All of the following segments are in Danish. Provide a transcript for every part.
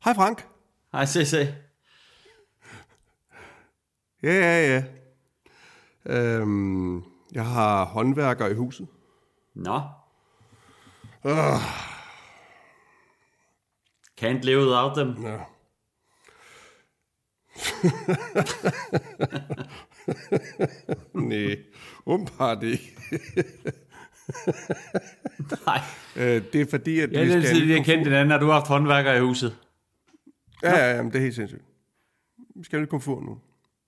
Hej Frank. Hej CC. Ja. Jeg har håndværkere i huset. Nå. Can't live without them. Ja. Nej, umiddelbart ikke. Nej. Det er fordi, at Ja, det er tid, vi har kendt hinanden, har du haft håndværkere i huset. Ja, det er helt sindssygt. Vi skal have lidt komfort nu.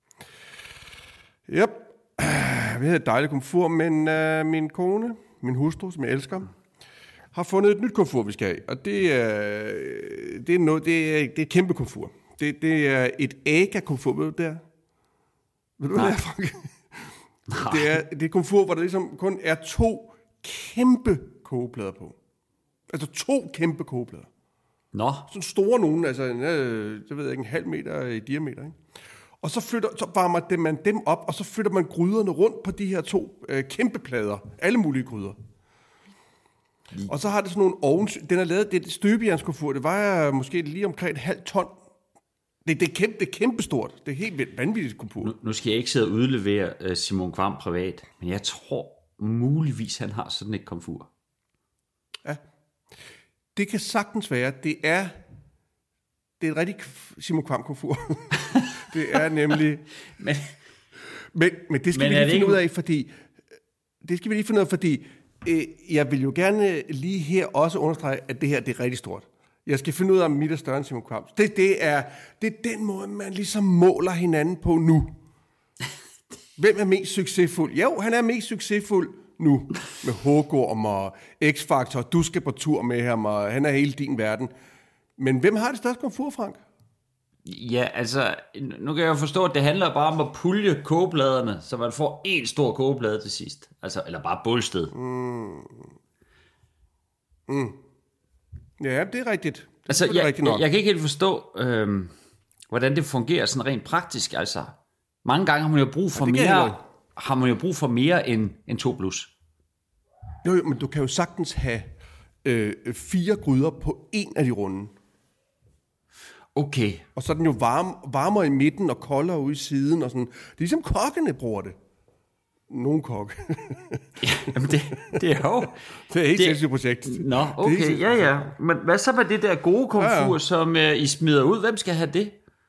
Yep. Vi havde et dejligt komfort, men min kone, min hustru, som jeg elsker, har fundet et nyt komfort, vi skal have. Og det er et kæmpe komfort. Det er et AGA-komfort, ved du det er? Ved du, hvad det er, Frank? Det er et komfort, hvor der ligesom kun er 2 kæmpe kogeplader på. Altså 2 kæmpe kogeplader. Nå. Sådan store nogen, altså det ved jeg ikke, 0,5 meter i diameter, ikke? Og så varmer man dem op, og så flytter man gryderne rundt på de her 2 kæmpe plader. Alle mulige gryder. Og så har det sådan nogle ovens... Den er lavet, det støbejernskomfort, det vejer måske lige omkring 0,5 ton. Det er kæmpestort. Det er helt vildt vanvittigt komfort. Nu skal jeg ikke sidde og udlevere Simon Kvam privat, men jeg tror muligvis, han har sådan et komfur. Ja. Det kan sagtens være. Det er et rigtig Simon Kvam komfur. Det er nemlig... Men det skal vi lige finde ud af, fordi... Det skal vi lige finde ud af, fordi... Jeg vil jo gerne lige her også understrege, at det her det er rigtig stort. Jeg skal finde ud af, om mit er større end Simon Kvams. Det er den måde, man ligesom måler hinanden på nu. Hvem er mest succesfuld? Jo, han er mest succesfuld nu. Med Hågorm og X-Factor. Du skal på tur med ham, og han er hele din verden. Men hvem har det største komfort, Frank? Ja, altså, nu kan jeg jo forstå, at det handler bare om at pulje kogebladerne, så man får en stor kogeplade til sidst. Altså, eller bare bulsted. Ja, det er rigtigt. Jeg kan ikke helt forstå, hvordan det fungerer sådan rent praktisk. Altså, mange gange har man jo brug for mere, end 2 plus. Jo, men du kan jo sagtens have 4 gryder på en af de runde. Okay. Og så er den jo varmere i midten og koldere ude i siden og sådan. Det er ligesom kokkene bruger det. Nogle kokke. Jamen det er jo... Det er et helt sindssygt projekt. Nå, okay, ja. Men hvad så med det der gode komfur, som I smider ud? Hvem skal have det?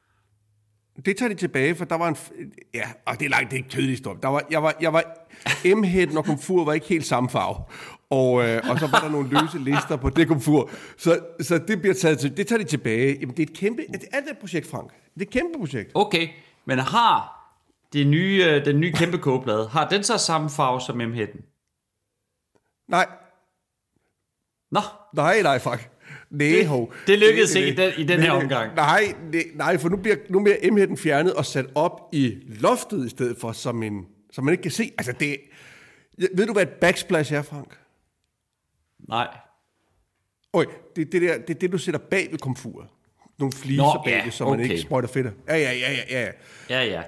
Det tager de tilbage, for der var en... Ja, og det er langt, det er ikke tødelig stof. Jeg var M-hætten og komfur var ikke helt samme farve. Og så var der nogle løse lister på det komfur. Så det bliver taget til... Det tager de tilbage. Jamen, det er et kæmpe... Det er et projekt, Frank. Det er et kæmpe projekt. Okay, men har den nye kæmpe kogeplade, har den så samme farve som M-hætten? Nej. Nå. Nej, Frank. Det lykkedes ikke i den her omgang. Nej, for nu bliver M-hætten fjernet og sat op i loftet i stedet for, så man ikke kan se. Altså det... Ved du, hvad et backsplash er, Frank? Nej. Det er det, du sætter bag ved komfuret. Nogle fliser bag, så man ikke sprøjter fedt. Ja,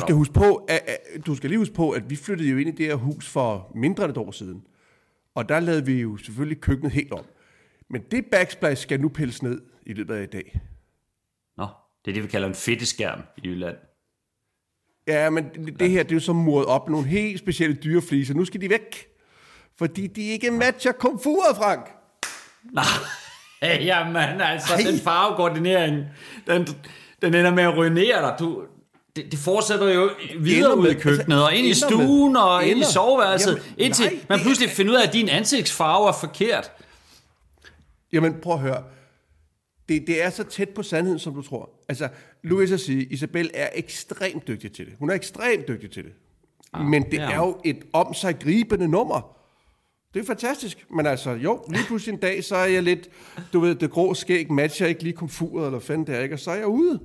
du skal lige huske på, at vi flyttede jo ind i det her hus for mindre end et år siden. Og der lavede vi jo selvfølgelig køkkenet helt om. Men det backsplash skal nu pilles ned i løbet af i dag. Nå, det er det, vi kalder en fedteskærm i Jylland. Ja, men det her, det er jo så muret op nogle helt specielle dyrefliser. Nu skal de væk, fordi de ikke matcher komfuret, Frank. Nej, jamen altså, den farvekoordinering, den ender med at ruinere dig. Det fortsætter jo videre ud i køkkenet, og ind i stuen, og ind i soveværelset, indtil man pludselig finder ud af, at din ansigtsfarve er forkert. Jamen, prøv at høre. Det er så tæt på sandheden, som du tror. Altså, Louise siger, Isabel er ekstremt dygtig til det. Hun er ekstremt dygtig til det. Men det er jo et om sig gribende nummer. Det er fantastisk. Men altså, jo, lige pludselig en dag, så er jeg lidt, du ved, det grå skæg matcher ikke lige komfuret, eller fanden det er ikke, og så er jeg ude.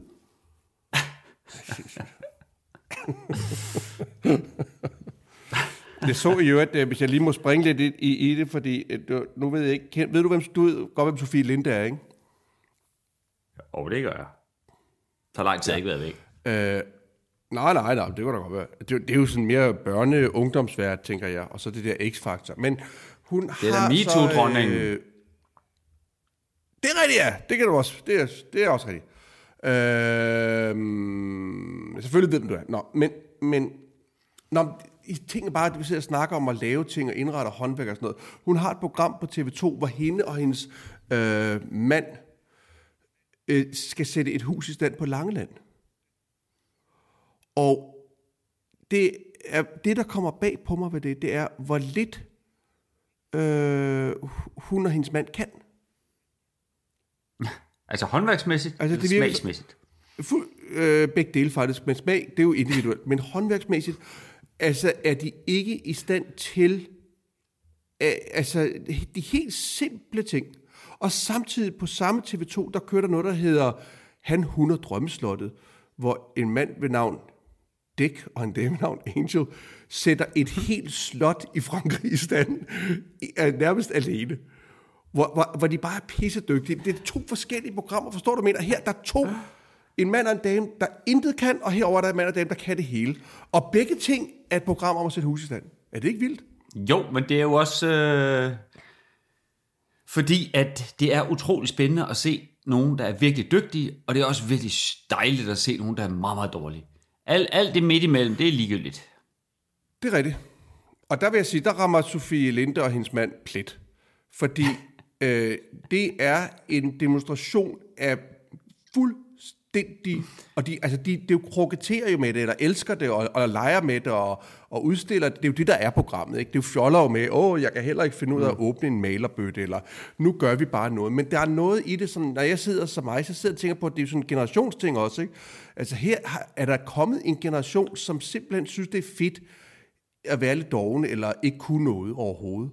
Det så I jo, at hvis jeg lige må springe lidt i det, fordi nu ved jeg ikke, ved du, hvem Sofie Linde er, ikke? Det gør jeg. Så lang tid har jeg ikke været væk. Nej, det kan da godt være. Det er jo sådan mere børne-ungdomsvært, tænker jeg, og så det der X-faktor. Men hun det er da MeToo-dronningen. Det er rigtigt, ja. Det kan du også. Det er også rigtigt. Selvfølgelig ved du det. Men i ting er bare, at vi sidder og snakker om at lave ting og indrette håndværk og sådan noget. Hun har et program på TV2, hvor hende og hendes mand skal sætte et hus i stand på Langeland. Og det, der kommer bag på mig ved det er, hvor lidt hun og hendes mand kan. Altså håndværksmæssigt, altså det smagsmæssigt? Begge dele faktisk, men smag, det er jo individuelt. Men håndværksmæssigt, altså er de ikke i stand til altså de helt simple ting. Og samtidig på samme TV2, der kører der noget, der hedder Han, hun og drømmeslottet, hvor en mand ved navn Dick og en dame ved navn Angel sætter et helt slot i Frankrig i stand, nærmest alene. Hvor de bare er pissedygtige. Det er 2 forskellige programmer, forstår du, mener? Her der er 2, en mand og en dame, der intet kan, og herover er der en mand og en dame, der kan det hele. Og begge ting er et program om at sætte hus i stand. Er det ikke vildt? Jo, men det er jo også fordi, at det er utrolig spændende at se nogen, der er virkelig dygtige, og det er også virkelig dejligt at se nogen, der er meget, meget dårlige. Alt det midt imellem, det er ligegyldigt. Det er rigtigt. Og der vil jeg sige, der rammer Sofie Linde og hendes mand plet. Fordi det er en demonstration af fuldstændig, og de jo kroketterer jo med det, eller elsker det, og leger med det, og udstiller det. Det er jo det, der er programmet, ikke? Det er jo fjoller jo med, jeg kan heller ikke finde ud af at åbne en malerbøtte, eller nu gør vi bare noget. Men der er noget i det, sådan, når jeg sidder som mig, så sidder jeg og tænker på, at det er sådan en generationsting også, ikke? Altså her er der kommet en generation, som simpelthen synes, det er fedt at være lidt doven, eller ikke kunne noget overhovedet.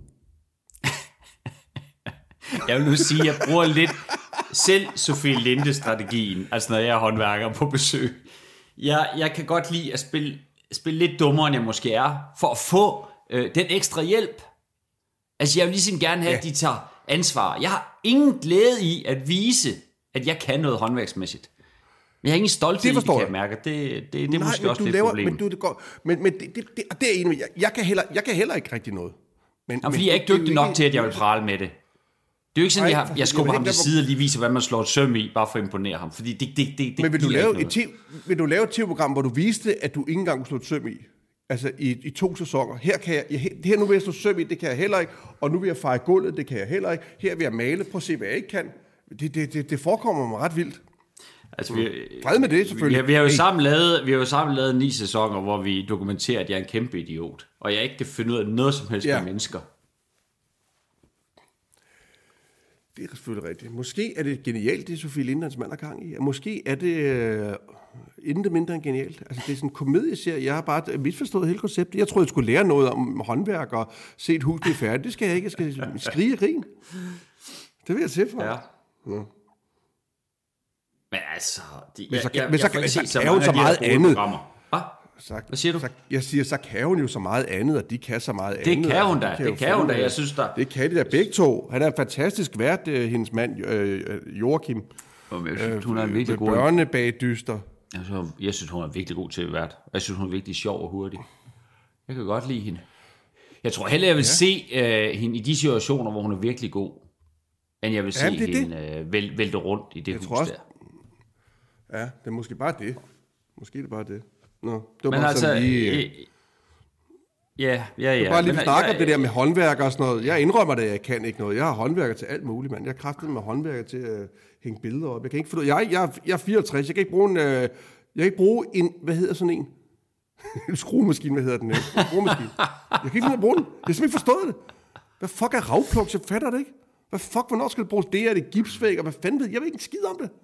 Jeg vil nu sige, at jeg bruger lidt selv Sofie Linde-strategien, altså når jeg er håndværker på besøg. Jeg kan godt lide at spille lidt dummere, end jeg måske er, for at få den ekstra hjælp. Altså jeg vil ligesom gerne have, at de tager ansvar. Jeg har ingen glæde i at vise, at jeg kan noget håndværksmæssigt. Men jeg har ingen stolthed i det, kan jeg mærke. Det er måske også lidt et problem. Men det er enig. Jeg kan heller ikke rigtig noget. Fordi jeg er ikke dygtig nok til, at jeg vil prale med det. Det er jo ikke sådan, jeg skubber ham til side og lige viser, hvad man slår et søm i, bare for at imponere ham. Fordi det men vil du lave et tv-program, hvor du viste, at du ikke engang kunne slå et søm i? Altså i 2 sæsoner. Her nu vil jeg slå søm i, det kan jeg heller ikke. Og nu vil jeg feje gulvet, det kan jeg heller ikke. Her vil jeg male, prøv at se, hvad jeg ikke kan. Det forekommer mig ret vildt. Altså, fred med det, selvfølgelig. Vi har jo sammen lavet 9 sæsoner, hvor vi dokumenterer, at jeg er en kæmpe idiot. Og jeg ikke kan finde ud af noget som helst med mennesker. Det er selvfølgelig rigtigt. Måske er det genialt, det Sofie Linderens mand er gang i. Måske er det intet mindre end genialt. Altså, det er sådan en komedieserie. Jeg har bare misforstået hele konceptet. Jeg troede, jeg skulle lære noget om håndværk og se et hus blive færdigt. Det skal jeg ikke. Jeg skal skrige og grine. Det vil jeg se for. Ja. Men altså... Så kan hun så meget andet. Hvad siger du? Jeg siger, så kan hun jo så meget andet, og de kan så meget andet. Det kan hun da. Jeg synes der. Det kan de da begge to. Han er fantastisk vært, hendes mand, Joachim. Hun er en virkelig god. Børnebagdyster. Jeg synes, hun er virkelig god til at vært. Jeg synes, hun er virkelig sjov og hurtig. Jeg kan godt lide hende. Jeg tror heller, jeg vil se hende i de situationer, hvor hun er virkelig god, end jeg vil se hende vælte rundt i det hus der. Ja, det er måske bare det. Måske er det bare det. Nå, det var altså lige... Ja. Bare lige snakke om det der med håndværker og sådan noget. Jeg indrømmer det, jeg kan ikke noget. Jeg har håndværker til alt muligt, mand. Jeg har kraftet med håndværker til at hænge billeder op. Jeg kan ikke få jeg er 64. Jeg kan ikke bruge en hvad hedder sådan en? En skruemaskine, hvad hedder den? En skruemaskine. Jeg kan ikke finde at bruge den. Jeg har simpelthen ikke forstået det. Hvad fuck er ravplugs? Jeg fatter det ikke. Hvornår skal det bruges? Det er det gipsvæg, og hvad fanden ved jeg? Jeg ved ikke en skid om det.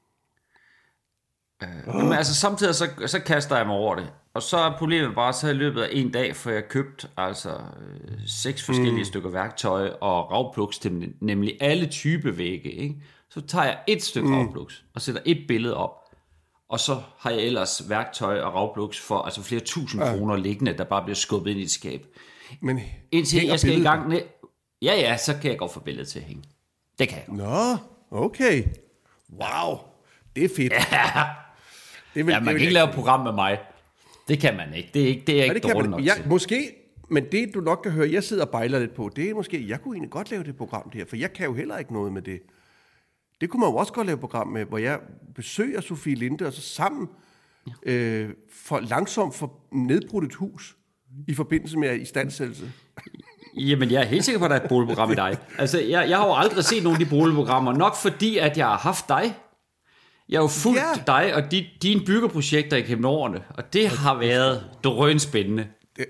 Men altså samtidig så kaster jeg mig over det. Og så er problemet bare, så i løbet af en dag, for jeg købt altså 6 forskellige stykker værktøj og ravplugs til nemlig alle type vægge, ikke? Så tager jeg et stykke ravplugs og sætter et billede op. Og så har jeg ellers værktøj og ravplugs for altså flere tusind kroner liggende, der bare bliver skubbet ind i et skab. Men indtil jeg skal i gang med... Ja, så kan jeg godt få billedet til at hænge. Det kan jeg. Nå, okay. Wow, det er fedt. Ja. Man kan ikke lave et program med mig. Det kan man ikke. Det er ikke dårligt nok til. Måske, men det du nok kan høre, jeg sidder og bejler lidt på, det er måske, jeg kunne egentlig godt lave det program der, for jeg kan jo heller ikke noget med det. Det kunne man jo også godt lave et program med, hvor jeg besøger Sofie Linde, og så sammen for langsomt for nedbrudt et hus i forbindelse med istandsættelse. Jamen, jeg er helt sikker på, at der er et boligprogram i dig. Altså, jeg har jo aldrig set nogen af de boligprogrammer, nok fordi, at jeg har haft dig. Jeg har jo fulgt dig og dine byggeprojekter igennem årene, og det har været drønspændende.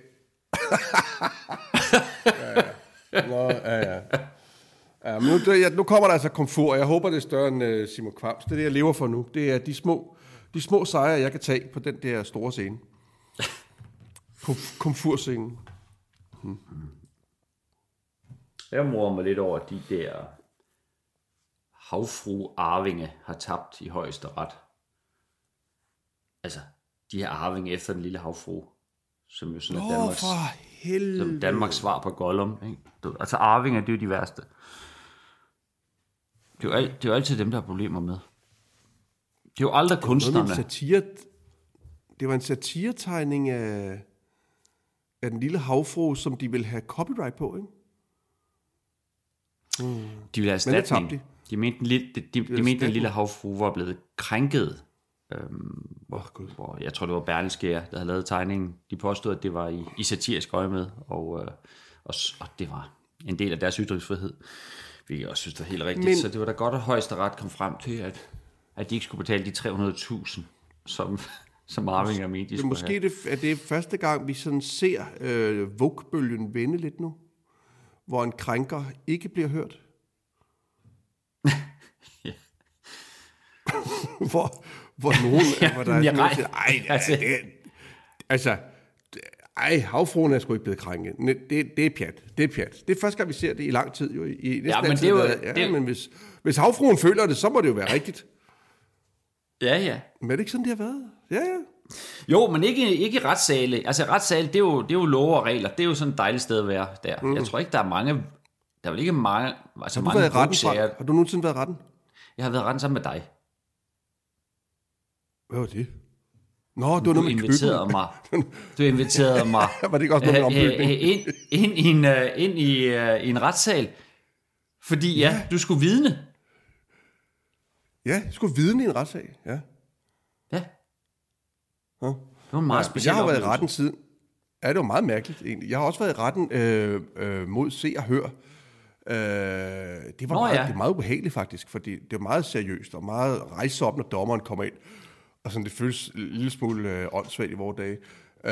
Ja, men nu kommer der altså komfort. Jeg håber, det er større end Simon Kvams. Det er det, jeg lever for nu. Det er de små sejre, jeg kan tage på den der store scene. Komfortscenen. Jeg morer mig lidt over, at de der havfru Arvinge har tabt i Højesteret. Altså, de her Arvinge efter den lille havfru, som jo sådan er Danmarks svar på Gollum. Ikke? Altså, Arvinge, det er jo de værste. Det er jo altid dem, der har problemer med. Det er jo aldrig kunstnerne. Det var en satiretegning af den lille havfru, som de ville have copyright på, ikke? De ville have erstatning. De mente den lille havfru var blevet krænket. Hvor jeg tror, det var Berlingske, der havde lavet tegningen. De påstod, at det var i satirisk øje med, og det var en del af deres ytringsfrihed. Hvilket jeg også synes, det var helt rigtigt. Så det var da godt, at Højesteret kom frem til, at de ikke skulle betale de 300.000, som arvinger mente, de skulle måske have. Det er første gang, vi sådan ser Vogue-bølgen vende lidt nu, hvor en krænker ikke bliver hørt. hvor nogen... hvor der er havfruen er sgu ikke blevet krænket. Det er pjat. Det er pjat. Det er første gang, vi ser det i lang tid. Jo, men hvis havfruen føler det, så må det jo være rigtigt. Ja. Men er det ikke sådan, det har været? Ja. Jo, men ikke retssale. Altså retssale, det er jo love og regler. Det er jo sådan et dejligt sted at være der. Jeg tror ikke, der er mange... Der er vel ikke mange... Altså har du været i retten? Har du nogensinde været i retten? Jeg har været i retten sammen med dig. Hvad var det? Nå, du inviterede mig. Du inviterede mig. Var det ikke også noget med ombygning? ind i en retssal. Fordi du skulle vidne. Ja, du skulle vidne i en retssag. Ja. Det var en meget speciel jeg har været i retten siden. Ja, det var meget mærkeligt egentlig. Jeg har også været i retten mod Se og Hør. Det var meget ubehageligt faktisk, fordi det var meget seriøst og meget rejse op, når dommeren kommer ind. Og sådan, det føles en lille smule åndssvagt i vores dage.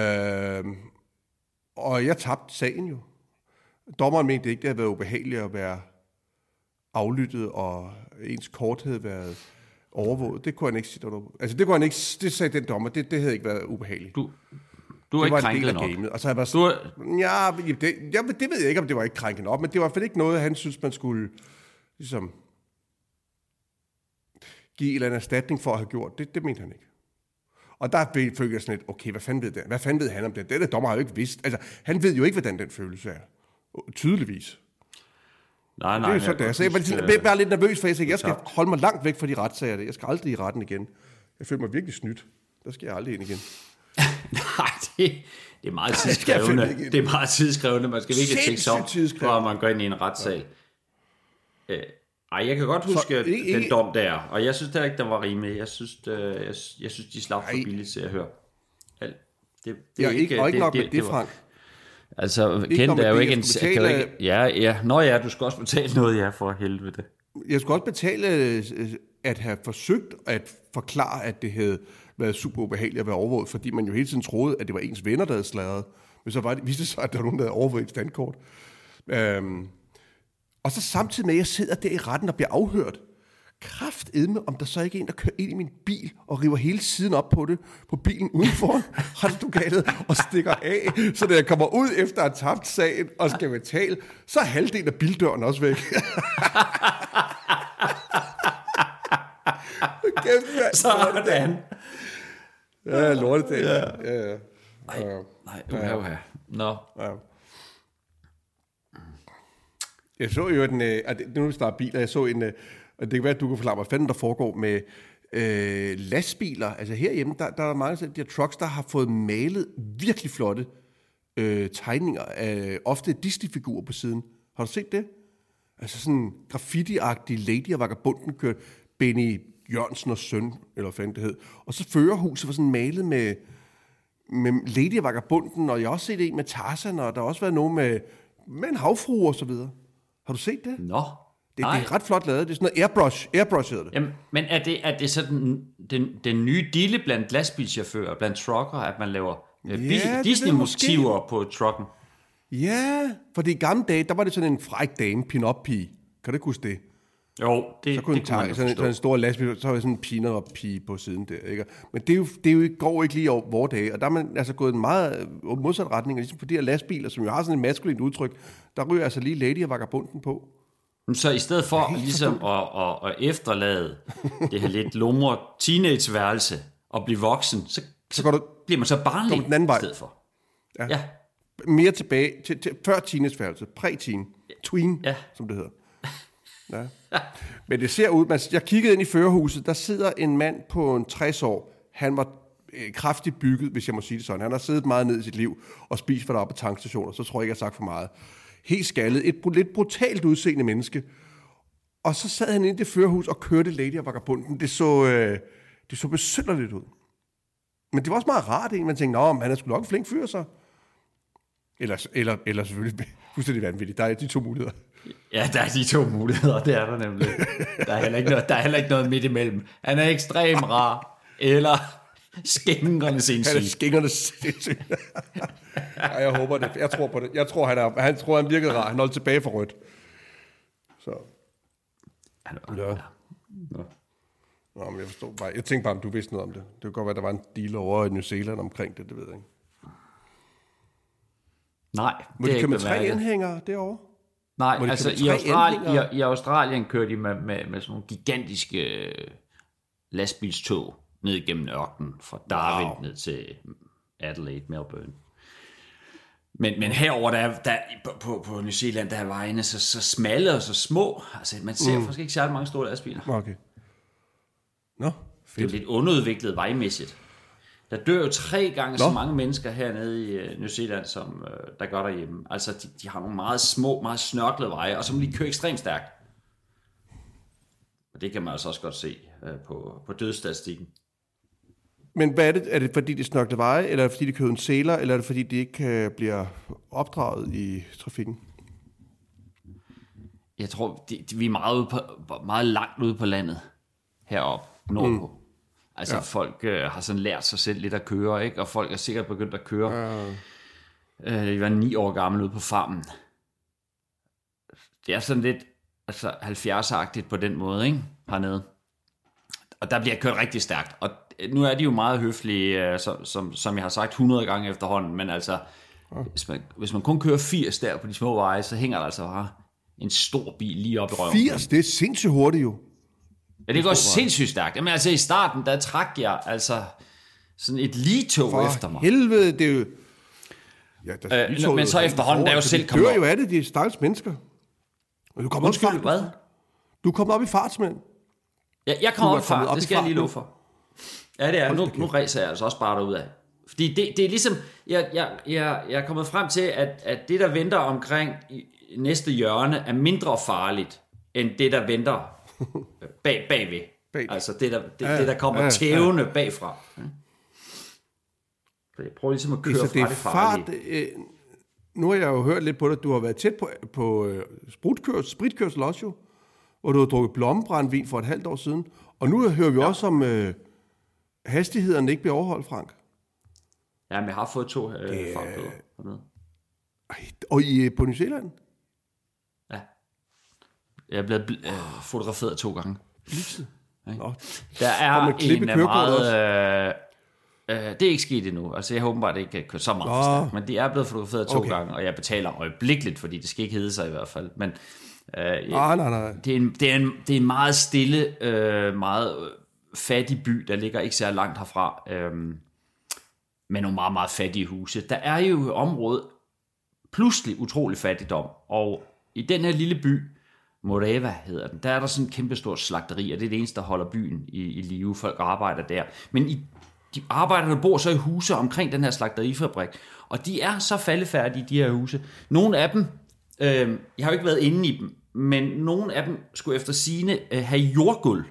Og jeg tabte sagen jo. Dommeren mente ikke, det havde været ubehageligt at være aflyttet, og ens kort havde været overvåget. Det kunne han ikke sige. Det sagde den dommer, det havde ikke været ubehageligt. Du er ikke krænket nok. Gamet. Og så det ved jeg ikke, om det var ikke krænket op, men det var i hvert fald ikke noget, han synes, man skulle ligesom give en eller anden erstatning for at have gjort. Det mente han ikke. Og der følte jeg sådan lidt, okay, hvad fanden ved han om det? Det der dommer har jo ikke vidst. Altså, han ved jo ikke, hvordan den følelse er. Tydeligvis. Nej. Det er jo sådan, så jeg var bare lidt nervøs, for jeg skal holde mig langt væk fra de retssager. Jeg skal aldrig i retten igen. Jeg føler mig virkelig snydt. Der skal jeg aldrig ind igen. Nej, det er meget tidskrævende. Det er meget tidskrævende. Man skal virkelig tænke sig om, for man går ind i en retssal. Jeg kan godt huske den dom der, og jeg synes heller ikke, der var rimelig. Jeg synes, de slap for billigt til at høre. Det er ikke nok med det, Frank. Altså, Kent er jo ikke en... du skal også betale noget, for helvede. Jeg skulle også betale at have forsøgt at forklare, at det havde været super ubehageligt at være overvåget, fordi man jo hele tiden troede, at det var ens venner, der havde sladret. Men så viste det sig, at der var nogen, der havde overvåget et standkort. Og så samtidig med, at jeg sidder der i retten og bliver afhørt, kraftedme, om der så ikke er en, der kører ind i min bil og river hele siden op på bilen udenfor retslokalet og stikker af, så da jeg kommer ud efter at have tabt sagen og skal betale, så er halvdelen af bildøren også væk. Sådan. Ja, lortedag. Ja. Nej, du er jo her. Nå. Ja. Jeg så jo nu vi starter biler, jeg så og det kan være, at du kan forklare mig, hvad fanden der foregår med lastbiler. Altså herhjemme, der er mange af de her trucks, der har fået malet virkelig flotte tegninger af ofte Disney-figurer på siden. Har du set det? Altså sådan graffiti-agtig Lady og Vagabunden kørte Benny Jørgensen og søn, eller hvad fanden det hed. Og så førerhuset var sådan malet med Lady og Vagabunden, og jeg har også set en med Tarzan, og der har også været nogen med en havfrue og så videre. Har du set det? Nå, det er ret flot lavet. Det er sådan noget airbrush hedder det. Jamen, men er det sådan den nye dille blandt lastbilchauffører, blandt trucker, at man laver Disney-motiver på trucken? Ja, for i gamle dage, der var det sådan en fræk dame, pin-up-pige. Kan du ikke huske det? Jo, så kunne tage sådan en stor lastbil, så var sådan en pin-up-pige på siden der, ikke? Men det går ikke lige over vores dage, og der er man altså gået en meget modsat retning, og ligesom for de her lastbiler, som jo har sådan en maskulint udtryk, der ryger altså lige Lady og Vagabunden på. Så i stedet for ligesom at efterlade det her lidt lumre teenageværelse og blive voksen, så bliver man så barnlig den anden vej. I stedet for. Ja. Mere tilbage til før teenageværelse, præ-teen, tween, som det hedder. Ja. Men det ser ud, jeg kiggede ind i førerhuset, der sidder en mand på en 60 år. Han var kraftigt bygget, hvis jeg må sige det sådan. Han har siddet meget ned i sit liv og spist, hvad der er på tankstationer, så tror jeg ikke, jeg har sagt for meget. Helt skaldet, et lidt brutalt udseende menneske. Og så sad han inde i det førerhus og kørte Lady og Vagabunden. Det så besynderligt ud. Men det var også meget rart, man tænkte, han er sgu nok en flink fyr, så. Eller selvfølgelig fuldstændig vanvittigt. Der er de to muligheder. Ja, der er de to muligheder, det er der nemlig. Der er heller ikke noget midt imellem. Han er ekstremt rar, eller skængerne sindssyg. Han er skængerne sindssyg. Ej, jeg håber det. Jeg tror på det. Jeg tror, han virkede rar. Han holdt tilbage for rødt. Så. Ja. Nå, men jeg forstår bare. Jeg tænkte bare, om du vidste noget om det. Det kunne godt være, der var en deal over i New Zealand omkring det ved jeg ikke. Nej, må de køre med 3 indhængere derovre? Nej, altså i Australien kører de med sådan nogle gigantiske lastbilstog ned igennem ørkenen fra Darwin ned til Adelaide, Melbourne. Men herover der på New Zealand, der er vejene så smalle og så små. Altså man ser faktisk ikke særlig mange store lastbiler. Okay. Nå, fedt. Det er lidt underudviklet vejmæssigt. Der dør jo 3 gange så mange mennesker hernede i New Zealand, som der gør derhjemme. Altså, de har nogle meget små, meget snørklede veje, og så må de køre ekstremt stærkt. Og det kan man altså også godt se på dødsstatistikken. Men hvad er det? Er det fordi, de snørklede veje, eller er det fordi, de kører en sæler, eller er det fordi, de ikke bliver opdraget i trafikken? Jeg tror, vi er meget langt ude på landet heroppe nordpå. Altså folk har sådan lært sig selv lidt at køre, ikke? Og folk er sikkert begyndt at køre. Jeg var 9 år gammel ude på farmen. Det er sådan lidt 70'er-agtigt på den måde, ikke? Hernede. Og der bliver kørt rigtig stærkt. Og nu er de jo meget høflige, som jeg har sagt 100 gange efterhånden, men altså, hvis man kun kører 80 der på de små veje, så hænger der altså bare en stor bil lige op i røven. 80? Det er sindssygt hurtigt jo. Ja, det går sindssygt stærkt. Jamen altså i starten, der trak jeg altså sådan et ligetog efter mig. Helvede, det er jo... Ja, men så efterhånden, der er jo selv kommet op. De kører jo af det, de stakkels mennesker. Og du kommer op i fart. Hvad? Du kommer op i fart, simpelthen. Ja, jeg kommer op i fart, det skal jeg lige love for. Ja, det er. Nu ræser jeg altså også bare derudad. Fordi det er ligesom, jeg er kommet frem til, at det, der venter omkring næste hjørne, er mindre farligt, end det, der venter bagved. Altså det, der kommer tævende bagfra. Så jeg prøver ligesom at køre fra det farlige. Nu har jeg jo hørt lidt på det, du har været tæt på spritkørsel også jo, hvor du har drukket blommebrandvin for et halvt år siden. Og nu hører vi også om hastighederne ikke bliver overholdt, Frank. Ja, men jeg har fået 2 fartbøder. Og på New Zealand? Ja. Jeg er blevet fotograferet 2 gange. Der er en meget... det er ikke sket endnu. Altså, jeg håber bare, det ikke kan køre så meget for stærkt. Men de er blevet fotograferet 2 gange, og jeg betaler øjeblikkeligt, fordi det skal ikke hedde sig i hvert fald. Men nej. Det er en meget stille, meget fattig by, der ligger ikke så langt herfra, med nogle meget, meget fattige huse. Der er jo et område pludselig utrolig fattigdom, og i den her lille by, Moreva hedder den, der er der sådan en kæmpestort slagteri, og det er det eneste, der holder byen i live. Folk arbejder der. Men de arbejderne bor så i huse omkring den her slagterifabrik, og de er så faldefærdige, de her huse. Nogle af dem, jeg har jo ikke været inde i dem, men nogle af dem skulle efter sigende have jordguld.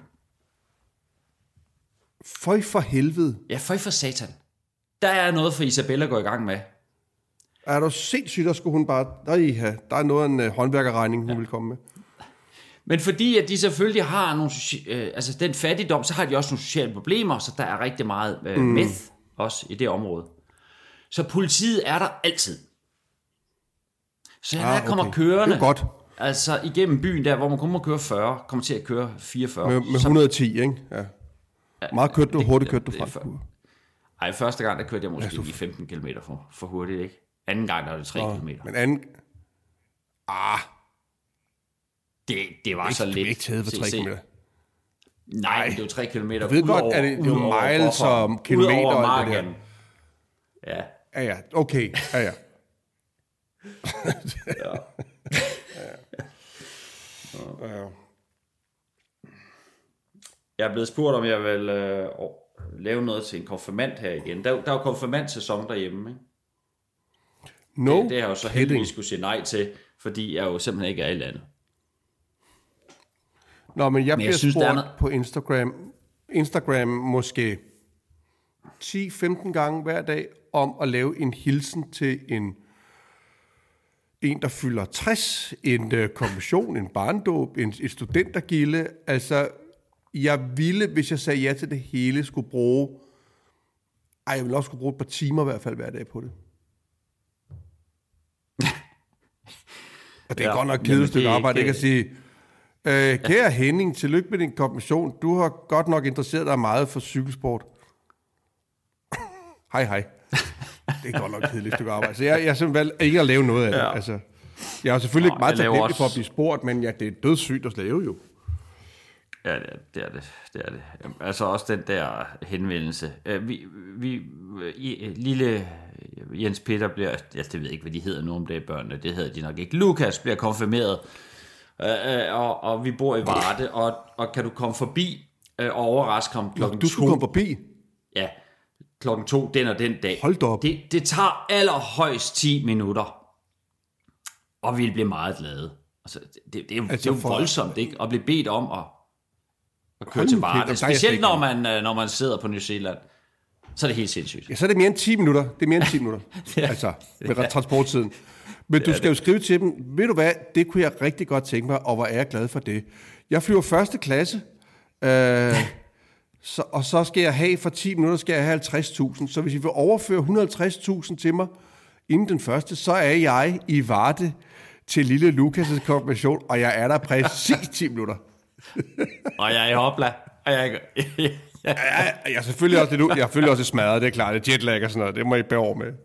Føj for helvede. Ja, føj for satan. Der er noget for Isabella at gå i gang med. Er du sindssygt, der skulle hun bare... Der er noget af en håndværkerregning, hun vil komme med. Men fordi at de selvfølgelig har nogle... altså den fattigdom, så har de også nogle sociale problemer, så der er rigtig meget meth også i det område. Så politiet er der altid. Så han kommer kørende... Det er godt. Altså igennem byen der, hvor man kun må køre 40, kommer til at køre 44. Med 110, ikke? Ja. Meget hurtigt kørte du frem. Ej, første gang, der kørte jeg måske lige 15 km for hurtigt, ikke? Anden gang, der var det 3 km. Men anden... Det var så lidt. Det er ikke taget for 3 km. Nej, det er jo 3 km. Jeg ved godt, at det er jo miles og kilometer og det der. Ja. Ja, okay. Ja. Jeg er blevet spurgt, om jeg vil lave noget til en konfirmand her igen. Der er jo konfirmandsæson derhjemme, ikke? No det har jeg jo så heldigvis skulle sige nej til, fordi jeg jo simpelthen ikke er i landet. Nå, men jeg bliver spurgt på Instagram måske 10-15 gange hver dag om at lave en hilsen til en der fylder 60, en konfirmation, en barndåb, et studentergilde. Altså, jeg ville, hvis jeg sagde ja til det hele, skulle bruge... jeg ville også skulle bruge et par timer i hvert fald hver dag på det. Og det er godt nok kedeligt stykke arbejde, ikke at sige... kære Henning, tillykke med din konfirmation. Du har godt nok interesseret dig meget for cykelsport. Hej. Det er godt nok kedeligt stykke arbejde. Så jeg simpelthen ikke at lave noget af det. Altså, jeg er selvfølgelig ikke meget taknemmelig for at blive spurgt, men det er dødssygt at lave jo. Ja, det er det. Altså også den der henvendelse. Lille Jens Peter bliver... det ved jeg ikke, hvad de hedder nu om det børnene. Det hedder de nok ikke. Lukas bliver konfirmeret. Og vi bor i Varde, og kan du komme forbi og overraske ham klokken 2? Du skulle komme forbi? Ja, klokken 2, den og den dag. Hold da op. Det tager allerhøjst 10 minutter, og vi bliver meget glade. Altså, det er jo voldsomt, ikke? At blive bedt om at køre til Varde. Specielt når man sidder på New Zealand. Så er det helt sindssygt. Ja, så er det mere end 10 minutter. Det er mere end 10 minutter. Altså, med transporttiden. Men du skal jo skrive til dem, ved du hvad, det kunne jeg rigtig godt tænke mig, og hvor er jeg glad for det. Jeg flyver første klasse, og så skal jeg have for 10 minutter, skal jeg have 50.000. Så hvis I vil overføre 150.000 til mig inden den første, så er jeg i Varde til lille Lukas' konfirmation, og jeg er der præcis 10 minutter. Og jeg er i hopla. Jeg er selvfølgelig også smadret, det er klart. Det er jetlag og sådan noget, det må I bære over med.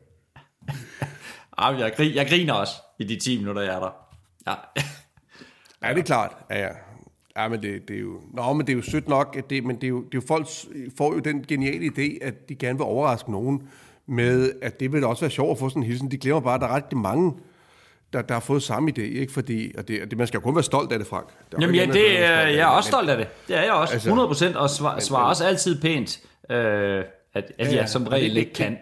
Jeg griner også i de 10 minutter, jeg er der. Ja, det er klart. Ja, men det er jo... men det er jo sødt nok, men det er jo folk får jo den geniale idé, at de gerne vil overraske nogen med, at det vil også være sjovt at få sådan en hilsen. De glemmer bare, at der er rigtig mange, der har fået samme idé, ikke? Fordi, og det, man skal jo kun være stolt af det, Frank. Jamen ja, jeg er også stolt af det. Det er jeg også. Altså, 100%, og svarer også altid pænt, at jeg som regel ikke kan.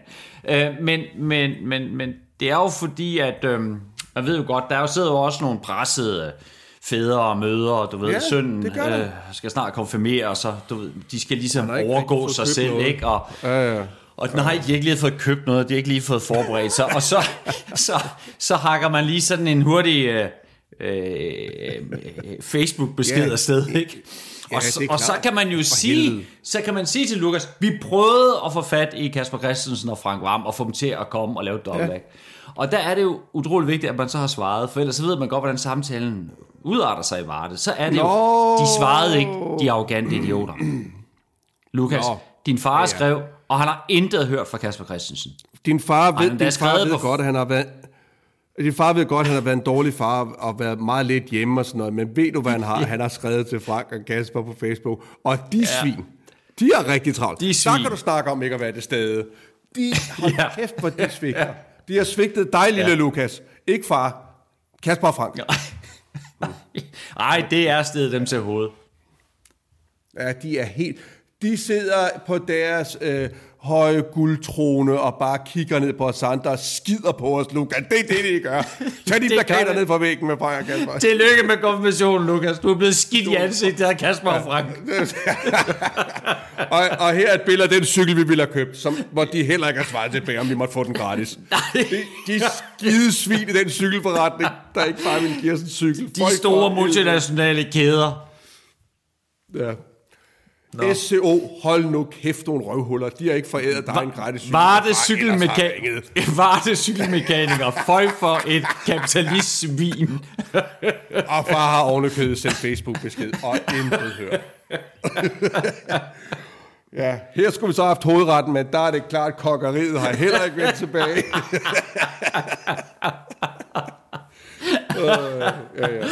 Men det er jo fordi, at man ved jo godt, der sidder jo også nogle pressede fædre og mødre, du ved, sønnen skal snart konfirmere, og så, du ved, de skal ligesom overgå sig selv, noget. Ikke? Og nej, de har ikke lige fået købt noget, de har ikke lige fået forberedt sig, og så hakker man lige sådan en hurtig Facebook-besked afsted, ikke? Og så kan man jo sige til Lukas, vi prøvede at få fat i Kasper Christensen og Frank Hvam og få dem til at komme og lave et dobbeltlag. Og der er det jo utroligt vigtigt, at man så har svaret, for ellers så ved man godt, hvordan samtalen udarter sig i Varde. Så er det jo, de svarede ikke, de arrogante idioter. Lukas, din far skrev, og han har intet hørt fra Kasper Christensen. Din far ved godt, at han har været... Din far ved godt, at han har været en dårlig far og været meget lidt hjemme og sådan noget, men ved du, hvad han har? Han har skrevet til Frank og Kasper på Facebook, og de svin, de er rigtig travlt. Der kan du snakke om ikke at være det sted. Hold kæft, hvor de svigter. De har svigtet dig, lille Lukas. Ikke far. Kasper og Frank. Ej, det er stedet dem til hovedet. Ja, de er helt... De sidder på deres høje guldtrone og bare kigger ned på os andre og skider på os, Lukas. Det er det, de gør. Tag de plakater ned fra væggen med Frank og Kasper. Tillykke med konfirmationen, Lukas. Du er blevet skidt i ansigtet af Kasper og Frank. og her er et billede af den cykel, vi ville have købt, hvor de heller ikke har svaret tilbage, om vi måtte få den gratis. De skide svin i den cykelforretning, der ikke bare ville give os en cykel. De store multinationale kæder. Ja. SCO, hold nu kæft nogle røvhuller. De har ikke foræret dig en gratis cykel. Var det cykelmekaniker? Føj for et kapitalistsvin. Og far har ovenikøbet sendt Facebook-besked, og intet hør. Ja, her skulle vi så have haft hovedretten, men der er det klart, kokkeriet har heller ikke vendt tilbage. Ja.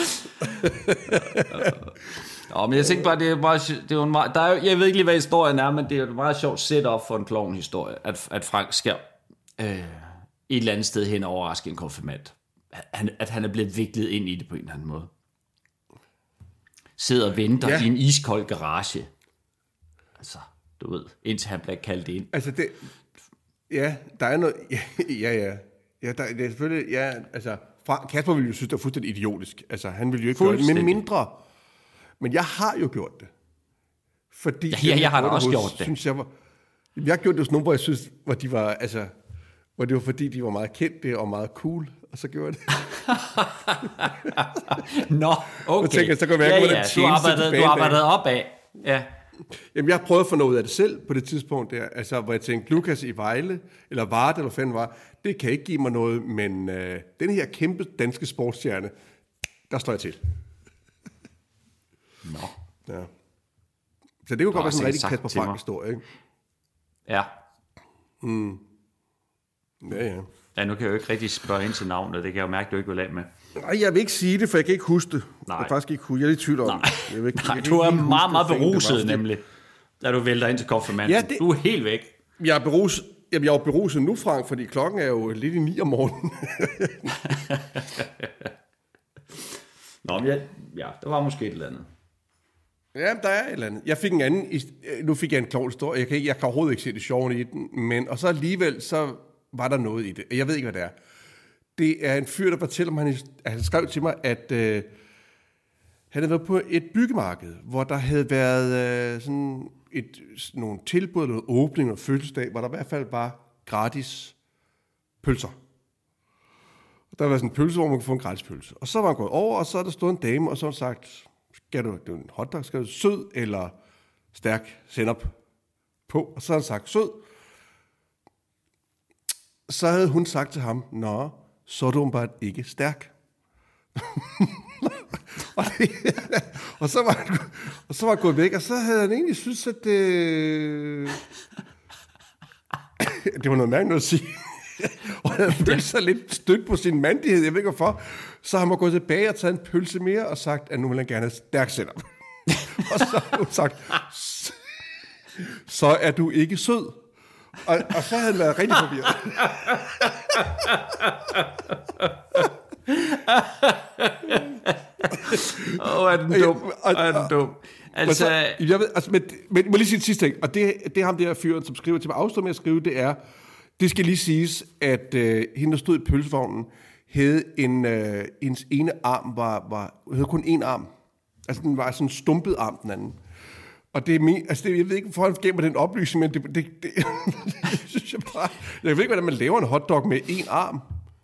Nå, men jeg tænker bare, det er jo en meget, jeg ved ikke lige, hvad historien er, men det er jo et meget sjovt setup for en klovnhistorie, at Frank skal et eller andet sted hen overraske en konfirmand. At han er blevet viklet ind i det på en eller anden måde. Sidder og venter i en iskold garage. Altså, du ved, indtil han bliver kaldt ind. Altså, der er noget... Ja, det er selvfølgelig... Ja, altså, Kasper ville jo synes, det var fuldstændig idiotisk. Altså, han ville jo ikke gøre det, men mindre... Men jeg har jo gjort det. Fordi jeg har da også gjort det. Synes jeg har gjort det hos nogen, hvor jeg synes, hvor de var, altså, hvor det var fordi, de var meget kendte og meget cool, og så gjorde jeg det. Nå, okay. Så tænker jeg, så kan jeg du arbejdede opad. Ja. Jamen, jeg prøvede at få noget af det selv på det tidspunkt der, altså, hvor jeg tænkte, Lukas i Vejle, eller Varde, eller hvad fanden var, det kan ikke give mig noget, men den her kæmpe danske sportsstjerne, der står jeg til. Nå. Ja. Så det kunne godt være sådan en rigtig Kasper Frank-historie, ikke? Ja. Ja. Ja, nu kan jeg jo ikke rigtig spørge ind til navnet, det kan jeg jo mærke, du ikke vil af med. Nej, jeg vil ikke sige det, for jeg kan ikke huske det. Nej. Jeg kan faktisk ikke huske, jeg er lidt i tvivl om det. Nej, du er meget beruset, nemlig, da du vælter ind til konfirmanden. Ja, du er helt væk. Jeg er beruset nu, Frank, fordi klokken er jo lidt i 9 om morgenen. Nå, men ja, der var måske et eller andet. Ja, der er et eller andet. Jeg fik en anden, nu fik jeg en klog historie, jeg kan overhovedet ikke se det sjove i den, men, og så alligevel, så var der noget i det. Jeg ved ikke, hvad det er. Det er en fyr, der fortæller mig, han skrev til mig, at han havde været på et byggemarked, hvor der havde været sådan nogle tilbud, noget åbning og fødselsdag, hvor der i hvert fald var gratis pølser. Der var sådan en pølse, hvor man kunne få en gratis pølse. Og så var han gået over, og så er der stået en dame, og så har hun sagt, skal du en hotdog, skal du sød eller stærk sennep på? Og så har han sagt sød. Så havde hun sagt til ham, nå, så er du bare ikke stærk. og så var han gået væk, og så havde han egentlig synes, at det var noget mærkeligt at sige. Og han følte sig lidt stødt på sin mandighed, jeg ved ikke hvorfor. Så har han gået tilbage og taget en pølse mere og sagt, at nu vil han gerne have stærk sennep. Og så har hun sagt, så er du ikke sød. Og så havde han været rigtig forvirret. Er den dum. Altså, jeg ved, altså, men må lige sige det sidste ting, og det er ham der fyren, som skriver til mig, afstår med at skrive, det skal lige siges, at hende, der stod i pølsevognen, havde hendes ene arm havde kun en arm. Altså, den var sådan en stumpet arm, den anden. Og det er jeg ved ikke, hvorfor han gav mig den oplysning, men det synes jeg bare... Jeg ved ikke, hvordan man laver en hotdog med en arm.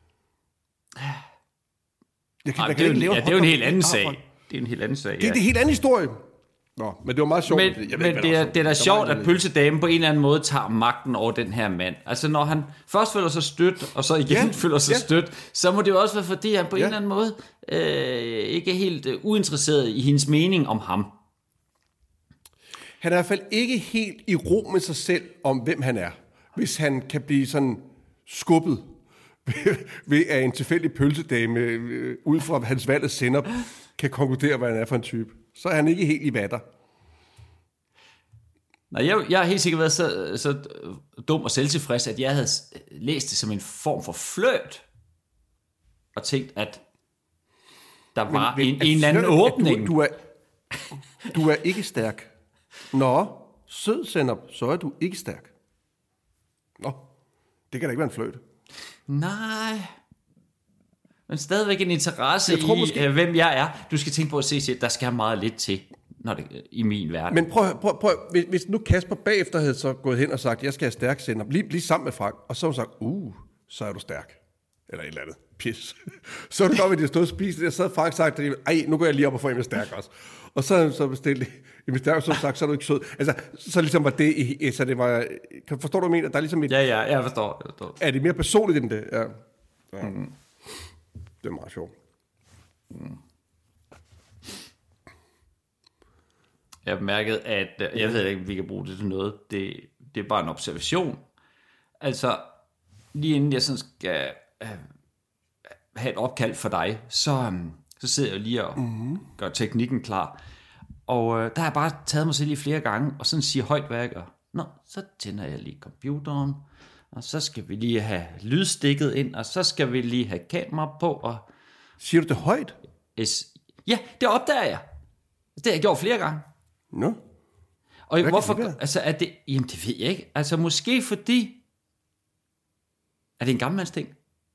Det er jo en helt anden sag. Det er en helt anden sag, Det er en helt anden historie. Nå, men det var meget sjovt. Men det er da sjovt, at pølsedamen på en eller anden måde tager magten over den her mand. Altså, når han først føler sig stødt, og så igen føler sig stødt, så må det jo også være, fordi han på en eller anden måde ikke er helt uinteresseret i hendes mening om ham. Han er i hvert fald ikke helt i ro med sig selv om, hvem han er. Hvis han kan blive sådan skubbet ved at en tilfældig pølsedame ud fra hans valg af sennep kan konkludere, hvad han er for en type. Så er han ikke helt i vatter. Nej, jeg har helt sikkert været så dum og selvtilfreds, at jeg havde læst det som en form for flirt, og tænkt, at der var en eller anden åbning. Du er ikke stærk. Nå, sød sennep, så er du ikke stærk. Nå, det kan da ikke være en fløjt. Nej. Men stadigvæk en interesse i, hvem jeg er. Du skal tænke på at se, at der skal meget lidt til, når det, i min verden. Men prøv, hvis nu Kasper bagefter havde så gået hen og sagt, jeg skal have stærk sender, bliv sammen med Frank, og så har hun sagt, så er du stærk. Eller et eller andet. Pis. Så er det godt, at de har stået og spist det, og så havde Frank sagt, nu går jeg lige op og får en stærk også. Og så havde han så bestilt en stærk, og så sagt, så er du ikke sød. Altså, så ligesom var det, så det var, forstår du, hvad jeg mener? Der er ligesom et, ja, jeg forstår. Er det mere personligt end det? Ja. Mm. Det er meget sjovt. Jeg har bemærket, at jeg ved ikke, om vi kan bruge det til noget. Det er bare en observation. Altså, lige inden jeg sådan skal have et opkald for dig, så sidder jeg lige og gør teknikken klar. Og der har jeg bare taget mig selv lige flere gange, og sådan siger højt, hvad jeg gør. Nå, så tænder jeg lige computeren, og så skal vi lige have lydstikket ind, og så skal vi lige have kamera på. Og siger du det højt? Ja, det opdager jeg. Det har jeg gjort flere gange. Nå. Og hvorfor? Altså, er det, jamen, det ved jeg ikke. Altså, måske fordi, er det en gammelmandsting?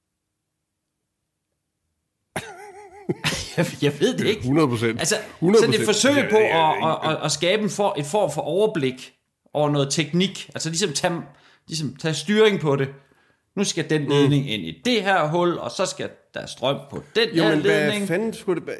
Jeg ved det ikke. 100%. Altså, 100%. Sådan et forsøg på at skabe et form for overblik over noget teknik. Altså ligesom tage styring på det. Nu skal den ledning ind i det her hul, og så skal der strøm på den her ledning. Hvad fanden skulle det...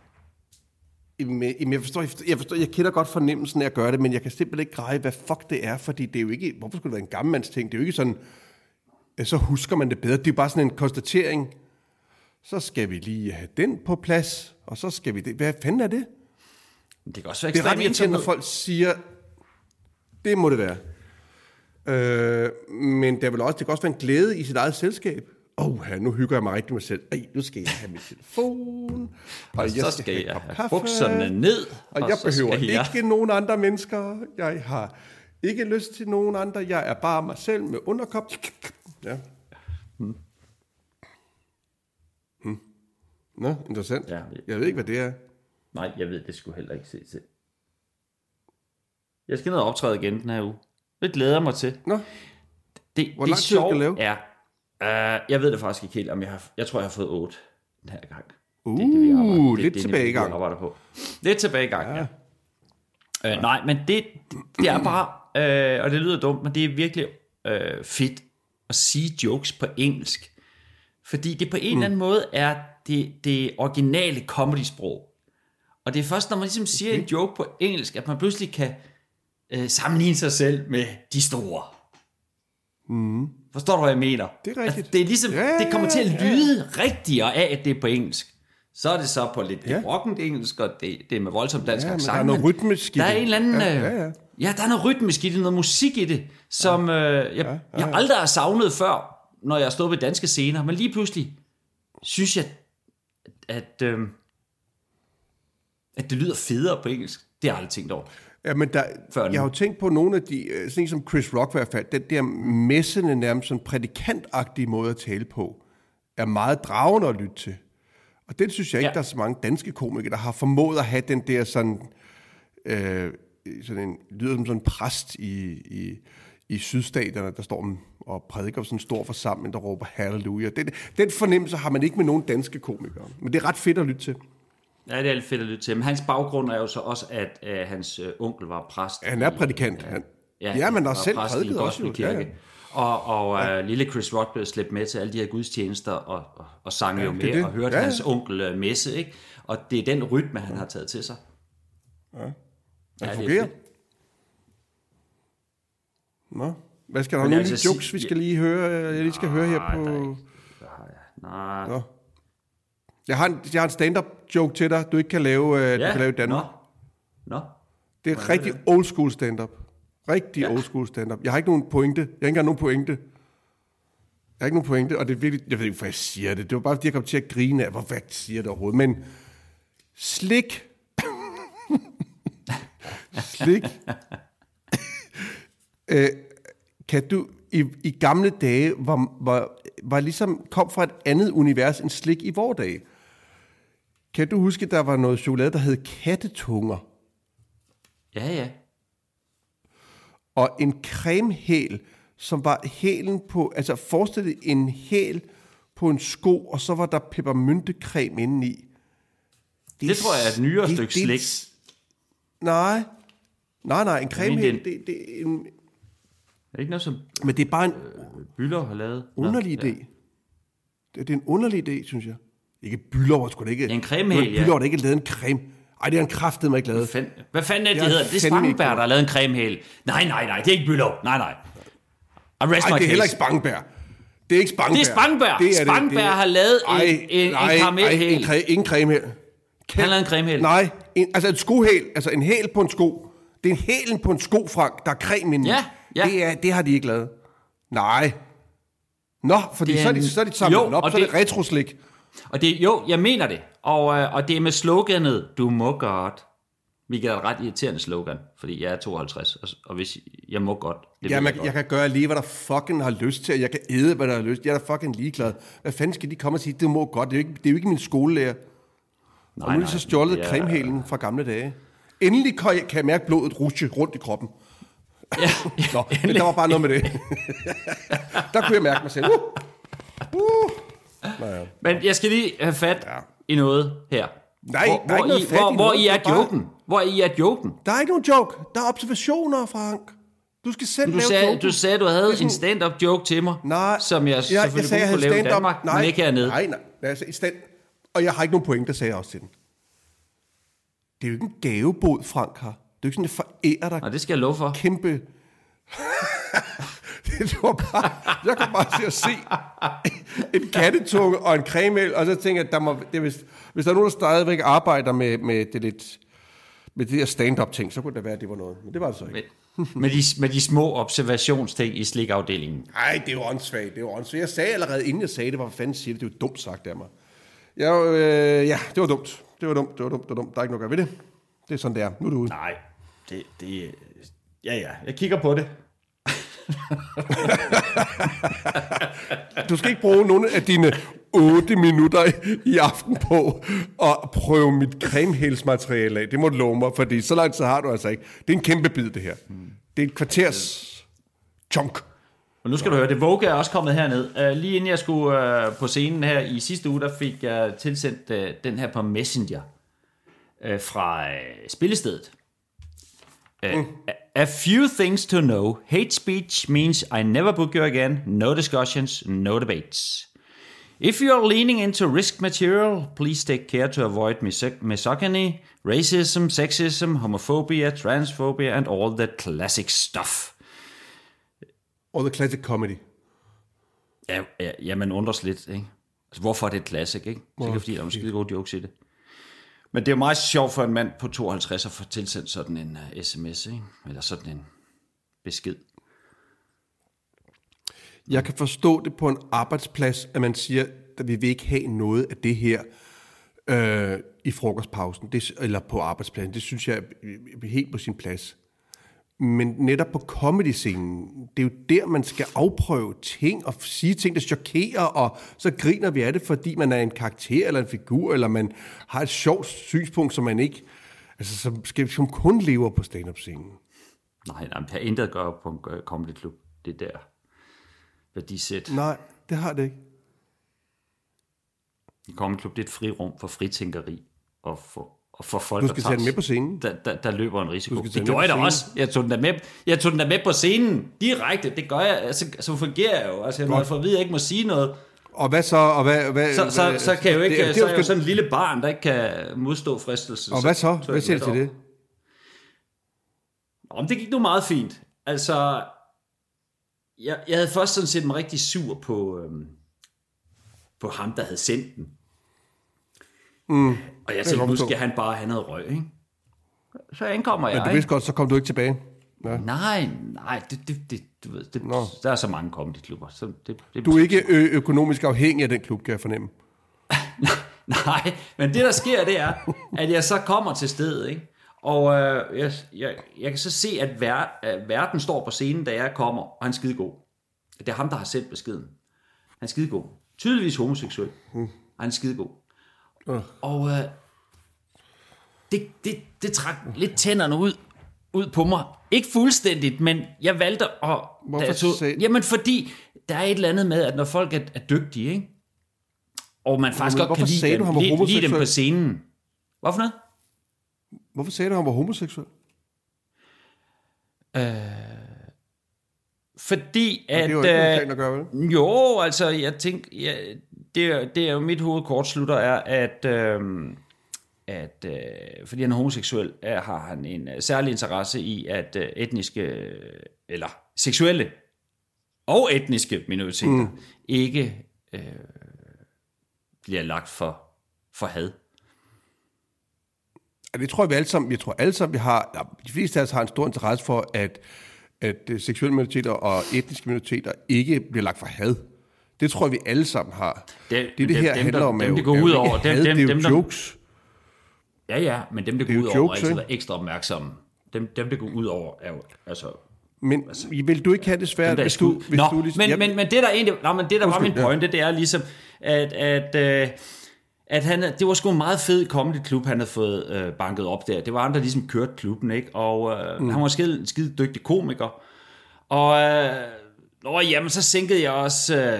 Jeg kender godt fornemmelsen af at gøre det, men jeg kan simpelthen ikke greje, hvad fuck det er, fordi det er jo ikke... Hvorfor skulle det være en gammelmandsting? Det er jo ikke sådan... Så husker man det bedre. Det er bare sådan en konstatering. Så skal vi lige have den på plads, og så skal vi det. Hvad fanden er det? Det kan også være ekstremt irriterende, når folk siger, det må det være. Men det kan også være en glæde i sit eget selskab. Nu hygger jeg mig rigtig med mig selv. Nu skal jeg have min telefon, og så skal jeg have bukserne ned. Og jeg behøver ikke nogen andre mennesker. Jeg har ikke lyst til nogen andre. Jeg er bare mig selv med underkop. Ja. Nå, interessant. Ja, jeg ved ikke, hvad det er. Nej, jeg ved det sgu heller ikke se til. Jeg skal ned og optræde igen den her uge. Det glæder jeg mig til. Nå. Hvor lang tid skal du lave? Jeg ved det faktisk ikke helt, om jeg tror, jeg har fået 8 den her gang. Lidt tilbage i gang. Lidt tilbage i gang, ja. Nej, men det er bare, og det lyder dumt, men det er virkelig fedt at sige jokes på engelsk. Fordi det på en eller anden måde er det originale comedy-sprog. Og det er først, når man ligesom siger en joke på engelsk, at man pludselig kan sammenligne sig selv med de store. Forstår du, hvad jeg mener? Det er rigtigt. Altså, det er ligesom, det kommer til at lyde rigtigere af, at det er på engelsk. Så er det så på lidt rockent engelsk, og det er med voldsomt dansk accent. Der er noget rytmisk i det. Der er en eller anden... der er noget rytmisk i det, noget musik i det, som jeg aldrig har savnet før, når jeg har stået ved danske scener. Men lige pludselig synes jeg, at det lyder federe på engelsk. Det har jeg aldrig tænkt over. Ja, men jeg har jo tænkt på nogle af de, sådan som Chris Rock i hvert fald, den der messende, nærmest sådan prædikantagtige måde at tale på, er meget dragende at lytte til. Og det synes jeg ikke, der er så mange danske komikere, der har formået at have den der sådan en, lyder som sådan en præst i sydstaterne, der står og prædiker sådan en stor forsamling, der råber halleluja. Den fornemmelse har man ikke med nogen danske komikere. Men det er ret fedt at lytte til. Ja, det er lidt fedt at lytte til. Men hans baggrund er jo så også, at hans onkel var præst. Ja, han er prædikant. Men der selv prædiket også. Og lille Chris Rock blev slæbt med til alle de her gudstjenester, og sang jo med, og hørte hans onkel messe, ikke? Og det er den rytme, han har taget til sig. Ja, det fungerer. Nå, hvad skal der nogle nye jokes, vi skal lige høre? Jeg lige skal høre her på... Nej. Nå. Jeg har en stand-up joke til dig, du ikke kan lave, du kan lave i Danmark. Nå. Det er rigtig old school stand-up. Rigtig old school stand-up. Jeg har ikke nogen pointe. Jeg har ikke engang nogen pointe. Og det er virkelig... Jeg ved ikke, hvorfor jeg siger det. Det var bare, fordi jeg kom til at grine af, hvorfor jeg siger det overhovedet. Men slik... kan du... I gamle dage var ligesom kom fra et andet univers end slik i vore dage. Kan du huske, der var noget chokolade, der hed kattetunger? Ja. Og en cremehæl, som var hælen på, altså forestil dig en hæl på en sko, og så var der peppermyntekrem indeni. Det tror jeg er et nyere stykke slik. Nej, en cremehæl, det er en... Er det ikke noget, som... Men det er bare en... Bülow har lavet? Underlig idé. Ja. Det er en underlig idé, synes jeg. Ikke Bülow, sgu da ikke... En cremehæl, ja. Bülow har da ikke lavet en creme. Ej, det er en kraftedeme ikke lavet. Hvad fanden er det, hedder? Det er Spangenberg, der har lavet en cremehæl. Nej, det er ikke Bülow. Nej. Nej, det er heller ikke Spangenberg. Det er ikke Spangenberg. Det er Spangenberg. Spangenberg har lavet en karamellhæl. Ingen cremehæl. Han har lavet en cremehæl. Nej, altså en skohæl. Altså en hæl på en sko. Det er en hælen på en sko, Frank, der er creme inde i. Ja. Det har de ikke lavet. Nej. Nå, fordi så er de samlet op, så er det retroslik. Og det, jeg mener det. Og det er med sloganet, du må godt. Hvilket er et ret irriterende slogan, fordi jeg er 52, og hvis jeg må godt. Jeg kan gøre lige, hvad der fucking har lyst til, jeg kan æde, hvad der har lyst. Jeg er da fucking ligeglad. Hvad fanden skal de komme og sige, du må godt? Det er jo ikke min skolelærer. Og nu er de så stjålet cremehælen fra gamle dage. Endelig kan jeg mærke blodet rushe rundt i kroppen. Nå, men der var bare noget med det. Der kunne jeg mærke mig selv. Ja. Men jeg skal lige have fat i noget her. Hvor I er joken? Hvor I er joken? Der er ikke nogen joke. Der er observationer, Frank. Du skal selv lave joke. Du sagde, du havde en stand-up joke til mig. Nej. Som jeg selvfølgelig kunne lave i Danmark, men ikke hernede. Nej. Og jeg har ikke nogen point, der sagde jeg også til den. Det er jo ikke en gavebod, Frank har. Det er jo ikke sådan, det forærer dig. Nej, det skal jeg love for. Kæmpe... jeg kan bare til at se en kattetunge og en cremehæl, og så tænker jeg, hvis der er nogen, der stadigvæk arbejder med det lidt, med det der stand-up ting, så kunne det være, at det var noget. Men det var det så ikke. med de små observationsting i slikafdelingen. Nej, det er jo åndssvagt. Jeg sagde allerede, inden jeg sagde det, hvad fanden siger det? Det er jo dumt sagt af mig. Det var dumt. Det var dumt. Der er ikke noget at gøre ved det. Det er sådan, det er. Nu er du ude. Nej, ja. Jeg kigger på det. Du skal ikke bruge nogle af dine 8 minutter i aften på at prøve mit cremehælsmateriale af. Det må du love mig, fordi så langt så har du altså ikke. Det er en kæmpe bid, det her. Det er et kvarters chunk. Og nu skal du høre, det Vogue er også kommet herned. Lige inden jeg skulle på scenen her i sidste uge, der fik jeg tilsendt den her på Messenger fra Spillestedet. A few things to know. Hate speech means I never book you again. No discussions, no debates. If you are leaning into risk material, please take care to avoid misogyny, racism, sexism, homophobia, transphobia and all the classic stuff. All the classic comedy. Ja, man undres lidt, ikke? Altså, hvorfor er det et classic, ikke? Sikkert fordi der er en skide gode jokes i det. Men det er jo meget sjovt for en mand på 52 at få tilsendt sådan en sms, ikke? Eller sådan en besked. Jeg kan forstå det på en arbejdsplads, at man siger, at vi vil ikke have noget af det her i frokostpausen, eller på arbejdspladsen. Det synes jeg er helt på sin plads. Men netop på comedy-scenen, det er jo der, man skal afprøve ting og sige ting, der chokerer, og så griner vi af det, fordi man er en karakter eller en figur, eller man har et sjovt synspunkt, som man ikke, altså som kun lever på stand-up-scenen. Nej, det har intet at gøre på en comedy-klub. Det der værdisæt. Nej, det har det ikke. En comedy-klub, det er et frirum for fritænkeri og for folk, du skal sætte den med på scenen. Der løber en risiko. Det gjorde jeg da også. Jeg tog den da med på scenen direkte. Det gør jeg. Altså, så fungerer jeg jo. Altså, jeg må få at vide, at jeg ikke må sige noget. Og hvad så? Og så kan jeg jo ikke. Så er jeg jo sådan en lille barn, der ikke kan modstå fristelsen. Og hvad så? Hvad siger du til det? Om det gik nu meget fint. Altså, jeg havde først sådan set mig rigtig sur på ham, der havde sendt den. Og jeg tænkte, nu skal han bare have noget røg, ikke? Så ankommer jeg, men du vidste godt, så kom du ikke tilbage. Ja. Nej, du ved, der er så mange comedy-klubber. Så det du er ikke økonomisk afhængig af den klub, kan jeg fornemme. Nej, men det der sker, det er, at jeg så kommer til stedet, ikke? Og jeg kan så se, at verden står på scenen, da jeg kommer, og han er skidegod. Det er ham, der har sendt beskeden. Han er skidegod. Tydeligvis homoseksuel. Og han er skidegod. Og det trak lidt tænderne ud ud på mig. Ikke fuldstændigt, men jeg valgte at... Jamen, fordi der er et eller andet med, at når folk er dygtige, ikke? Og man faktisk godt kan lide dem på scenen. Hvorfor noget? Hvorfor sagde du, han var homoseksuel? Fordi at... Det er jo ikke at gøre, vel? Jo, altså, jeg tænker... Det er jo mit hovedkortslutter er, at fordi han er homoseksuel, har han en særlig interesse i, at etniske, eller seksuelle og etniske minoriteter ikke bliver lagt for had. Det tror jeg alle sammen, vi har, de fleste af os har en stor interesse for, at seksuelle minoriteter og etniske minoriteter ikke bliver lagt for had. Det tror jeg, vi alle sammen har. Det her handler om, dem, det går ud over. Det er jo jokes. Ja, men dem, det går ud over, er altid ekstra opmærksomme. Dem, det går ud over, er jo, altså... Men vil du ikke have det svært, hvis du ligesom... Men det der egentlig... men det der var min pointe, det er ligesom, at han, det var sgu en meget fed comedy-klub, han havde fået banket op der. Det var andre, der ligesom kørte klubben, ikke? Og han var en skide dygtig komiker. Og jamen, så sænkede jeg også...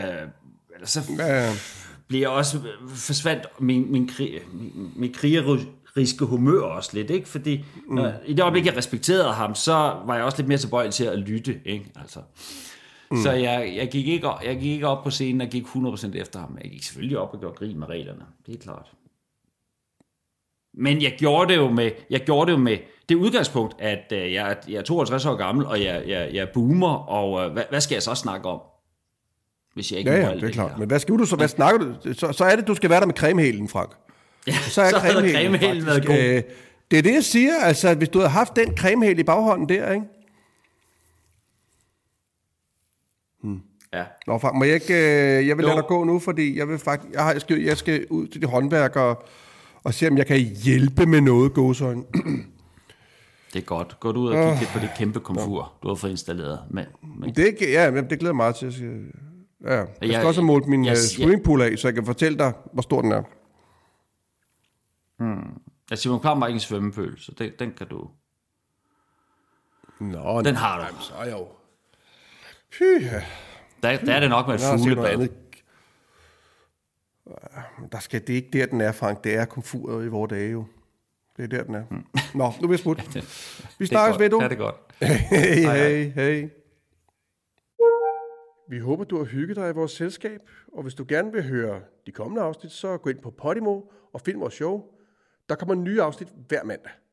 blev jeg også forsvandt min krigeriske humør også lidt, ikke? Fordi i det øjeblik, jeg respekterede ham, så var jeg også lidt mere tilbøjelig til at lytte, ikke? Altså. Så jeg gik ikke op på scenen og gik 100% efter ham. Jeg gik selvfølgelig op og gjorde grin med reglerne. Det er klart. Men jeg gjorde det jo med det udgangspunkt, at jeg er 52 år gammel, og jeg er boomer, og hvad skal jeg så snakke om? Hvis jeg ikke det er klart. Men hvad skal du så? Hvad snakker du? Så er det, du skal være der med cremehælen, Frank. Ja, så er cremehælen været god. Det er det, jeg siger. Altså, hvis du havde haft den cremehæl i baghånden der, ikke? Ja. Nå, Frank, må jeg ikke... Jeg vil lade dig gå nu, fordi jeg vil faktisk... Jeg skal ud til de håndværkere og se, om jeg kan hjælpe med noget, gåsøjne. Det er godt. Gå ud og kigge lidt på det kæmpe komfur, du har fået installeret. Men... Det glæder jeg meget til. Ja. Jeg skal også have målt min swimmingpool af, så jeg kan fortælle dig, hvor stor den er. Jeg siger, man klarer mig ikke en svømmepøl, så den kan du... Nå, den har du. Jamen, så er jeg jo... Der er det nok med et fuglebad. Det er ikke der, den er, Frank. Det er komfuret i vores dage jo. Det er der, den er. Nå, nu bliver jeg smutte. Vi snakkes ved, du. Ja, det er godt. Hej. Vi håber, du har hygget dig i vores selskab, og hvis du gerne vil høre de kommende afsnit, så gå ind på Podimo og find vores show. Der kommer nye afsnit hver mandag.